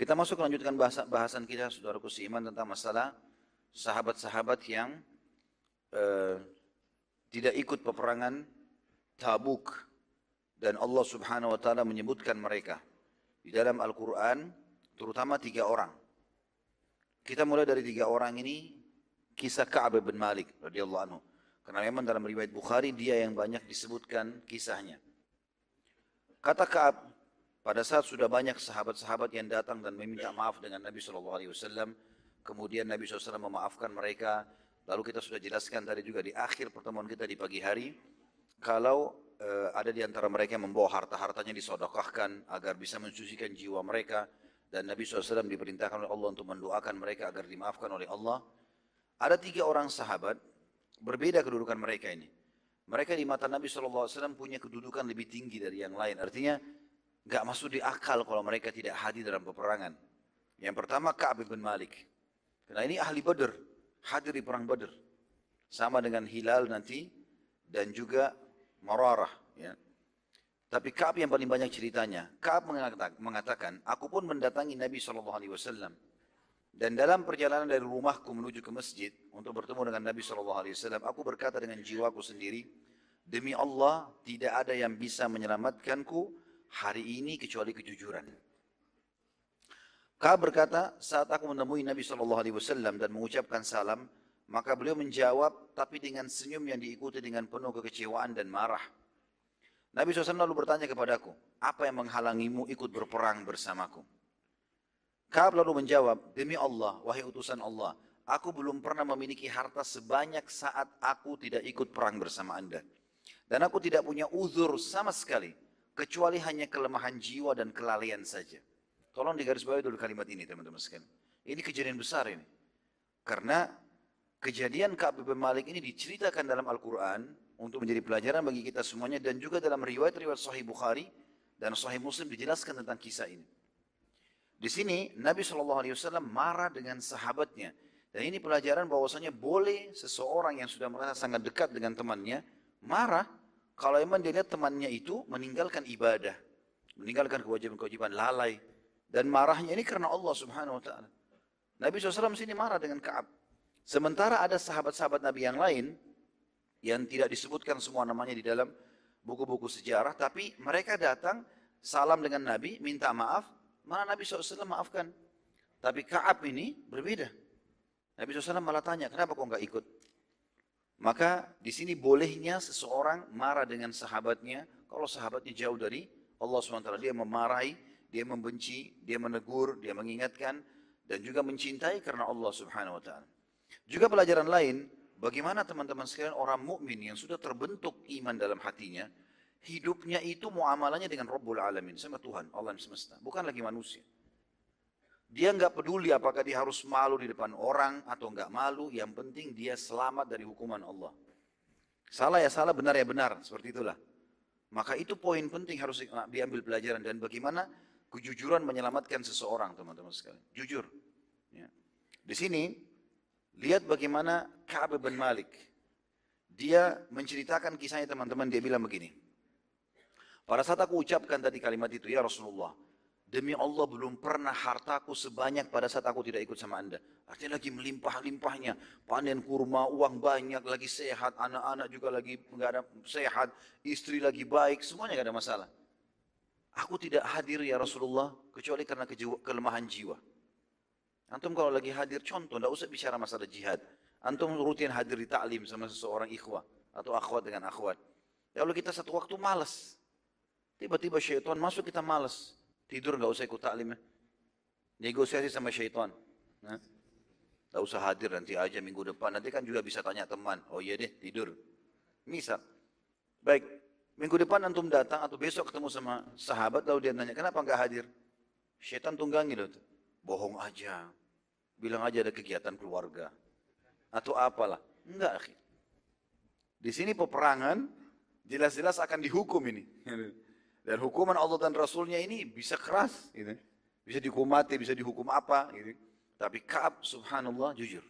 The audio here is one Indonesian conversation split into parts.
Kita masuk lanjutkan bahasan kita, saudaraku seiman, tentang masalah sahabat-sahabat yang eh, tidak ikut peperangan Tabuk, dan Allah Subhanahu wa taala menyebutkan mereka di dalam Al-Qur'an, terutama 3 orang. Kita mulai dari 3 orang ini, kisah Ka'ab bin Malik radhiyallahu anhu. Karena memang dalam riwayat Bukhari dia yang banyak disebutkan kisahnya. Kata Ka'ab, pada saat sudah banyak sahabat-sahabat yang datang dan meminta maaf dengan Nabi SAW, kemudian Nabi SAW memaafkan mereka. Lalu kita sudah jelaskan tadi juga di akhir pertemuan kita di pagi hari, kalau ada di antara mereka yang membawa harta-hartanya disodokahkan agar bisa mensucikan jiwa mereka, dan Nabi SAW diperintahkan oleh Allah untuk mendoakan mereka agar dimaafkan oleh Allah. Ada 3 orang sahabat, berbeda kedudukan mereka ini. Mereka di mata Nabi SAW punya kedudukan lebih tinggi dari yang lain. Artinya, nggak masuk di akal kalau mereka tidak hadir dalam peperangan. Yang pertama Ka'ab bin Malik. Karena ini ahli Badr, hadir di perang Badr. Sama dengan Hilal nanti dan juga Mararah. Ya. Tapi Ka'ab yang paling banyak ceritanya. Ka'ab mengatakan, aku pun mendatangi Nabi SAW. Dan dalam perjalanan dari rumahku menuju ke masjid untuk bertemu dengan Nabi SAW, aku berkata dengan jiwaku sendiri, demi Allah tidak ada yang bisa menyelamatkanku hari ini kecuali kejujuran. Ka'ab berkata, saat aku menemui Nabi SAW dan mengucapkan salam, maka beliau menjawab, tapi dengan senyum yang diikuti dengan penuh kekecewaan dan marah. Nabi SAW lalu bertanya kepadaku, apa yang menghalangimu ikut berperang bersamaku? Ka'ab lalu menjawab, demi Allah, wahai utusan Allah, aku belum pernah memiliki harta sebanyak saat aku tidak ikut perang bersama Anda. Dan aku tidak punya uzur sama sekali, kecuali hanya kelemahan jiwa dan kelalaian saja. Tolong digarisbawahi dulu kalimat ini, teman-teman sekalian. Ini kejadian besar ini. Karena kejadian Ka'ab bin Malik ini diceritakan dalam Al-Quran untuk menjadi pelajaran bagi kita semuanya, dan juga dalam riwayat-riwayat Sahih Bukhari dan Sahih Muslim dijelaskan tentang kisah ini. Di sini Nabi SAW marah dengan sahabatnya. Dan ini pelajaran bahwasanya boleh seseorang yang sudah merasa sangat dekat dengan temannya marah kalau memang dia lihat temannya itu meninggalkan ibadah, meninggalkan kewajiban-kewajiban, lalai. Dan marahnya ini karena Allah Subhanahu wa taala. Nabi SAW sini marah dengan Ka'ab. Sementara ada sahabat-sahabat Nabi yang lain yang tidak disebutkan semua namanya di dalam buku-buku sejarah, tapi mereka datang salam dengan Nabi, minta maaf, mana Nabi SAW maafkan. Tapi Ka'ab ini berbeda. Nabi SAW malah tanya, kenapa kau enggak ikut? Maka di sini bolehnya seseorang marah dengan sahabatnya kalau sahabatnya jauh dari Allah SWT. Dia memarahi, dia membenci, dia menegur, dia mengingatkan, dan juga mencintai karena Allah Subhanahu wa taala. Juga pelajaran lain, bagaimana teman-teman sekalian orang mukmin yang sudah terbentuk iman dalam hatinya, hidupnya itu muamalahnya dengan Rabbul Alamin, sama Tuhan, Allah semesta, bukan lagi manusia. Dia nggak peduli apakah dia harus malu di depan orang atau nggak malu, yang penting dia selamat dari hukuman Allah. Salah ya salah, benar ya benar, seperti itulah. Maka itu poin penting harus diambil pelajaran, dan bagaimana kejujuran menyelamatkan seseorang, teman-teman sekalian. Jujur. Ya. Di sini lihat bagaimana Ka'ab bin Malik. Dia menceritakan kisahnya, teman-teman. Dia bilang begini. Pada saat aku ucapkan tadi kalimat itu, ya Rasulullah, demi Allah belum pernah hartaku sebanyak pada saat aku tidak ikut sama Anda. Artinya lagi melimpah-limpahnya. Panen kurma, uang banyak, lagi sehat, anak-anak juga lagi nggak ada sehat, istri lagi baik, semuanya nggak ada masalah. Aku tidak hadir ya Rasulullah kecuali karena kelemahan jiwa. Antum kalau lagi hadir, contoh, tidak usah bicara masalah jihad. Antum rutin hadir di ta'lim sama seseorang ikhwah atau akhwat dengan akhwat. Ya Allah, kita satu waktu malas. Tiba-tiba syaitan masuk, kita malas. Tidur, nggak usah ikut ta'lim. Negosiasi sama syaitan. Nah, nggak usah hadir, nanti aja minggu depan. Nanti kan juga bisa tanya teman. Oh iya deh, tidur. Misal. Baik, minggu depan antum datang atau besok ketemu sama sahabat, lalu dia nanya, kenapa nggak hadir? Syaitan tunggangi loh. Bohong aja. Bilang aja ada kegiatan keluarga. Atau apalah. Enggak, akhir. Di sini peperangan, jelas-jelas akan dihukum ini. Dan hukuman Allah dan Rasulnya ini bisa keras. Gitu. Bisa dihukum mati, bisa dihukum apa. Gitu. Tapi Ka'ab subhanallah jujur.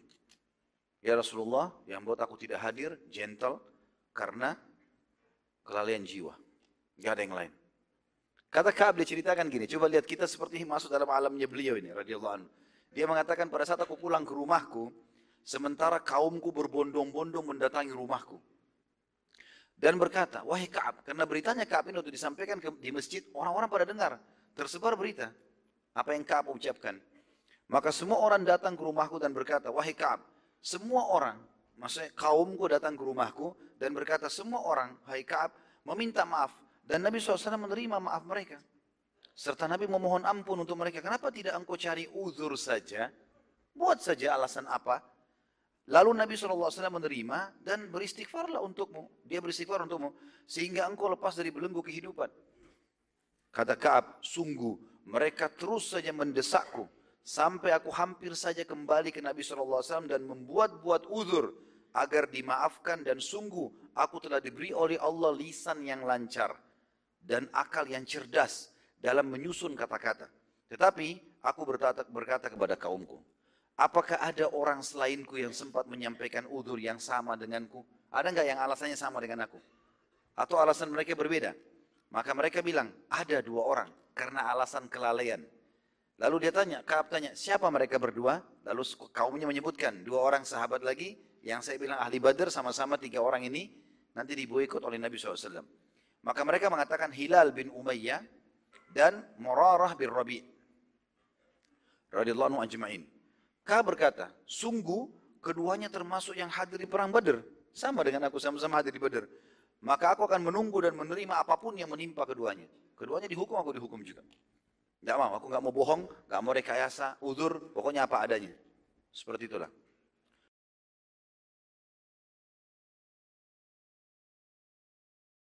Ya Rasulullah, yang buat aku tidak hadir, gentle, karena kelalaian jiwa. Gak ada yang lain. Kata Ka'ab diceritakan gini, coba lihat kita seperti masuk dalam alamnya beliau ini, radhiyallahu anhu. Dia mengatakan pada saat aku pulang ke rumahku, sementara kaumku berbondong-bondong mendatangi rumahku. Dan berkata, wahai Ka'ab, karena beritanya Ka'ab ini untuk disampaikan di masjid, orang-orang pada dengar, tersebar berita. Apa yang Ka'ab ucapkan. Maka semua orang datang ke rumahku dan berkata, wahai Ka'ab, semua orang, maksudnya kaumku datang ke rumahku dan berkata, semua orang, wahai Ka'ab, meminta maaf. Dan Nabi SAW menerima maaf mereka. Serta Nabi memohon ampun untuk mereka. Kenapa tidak engkau cari uzur saja? Buat saja alasan apa? Lalu Nabi SAW menerima dan beristighfarlah untukmu. Dia beristighfar untukmu. Sehingga engkau lepas dari belenggu kehidupan. Kata Ka'ab, sungguh mereka terus saja mendesakku. Sampai aku hampir saja kembali ke Nabi SAW dan membuat-buat uzur. Agar dimaafkan dan sungguh aku telah diberi oleh Allah lisan yang lancar. Dan akal yang cerdas dalam menyusun kata-kata. Tetapi aku berkata kepada kaumku, apakah ada orang selainku yang sempat menyampaikan udzur yang sama denganku? Ada nggak yang alasannya sama dengan aku? Atau alasan mereka berbeda? Maka mereka bilang, ada 2 orang karena alasan kelalaian. Lalu dia tanya, Ka'ab tanya, siapa mereka berdua? Lalu kaumnya menyebutkan 2 orang sahabat lagi, yang saya bilang ahli Badar sama-sama 3 orang ini nanti diboikot oleh Nabi SAW. Maka mereka mengatakan Hilal bin Umayyah dan Murarah bin Rabi' radhiyallahu anhu ajma'in. Ka'ab berkata, sungguh keduanya termasuk yang hadir di perang Badar, sama dengan aku sama-sama hadir di Badar. Maka aku akan menunggu dan menerima apapun yang menimpa keduanya. Keduanya dihukum, aku dihukum juga. Tidak mau, aku nggak mau bohong, nggak mau rekayasa, uzur, pokoknya apa adanya. Seperti itulah.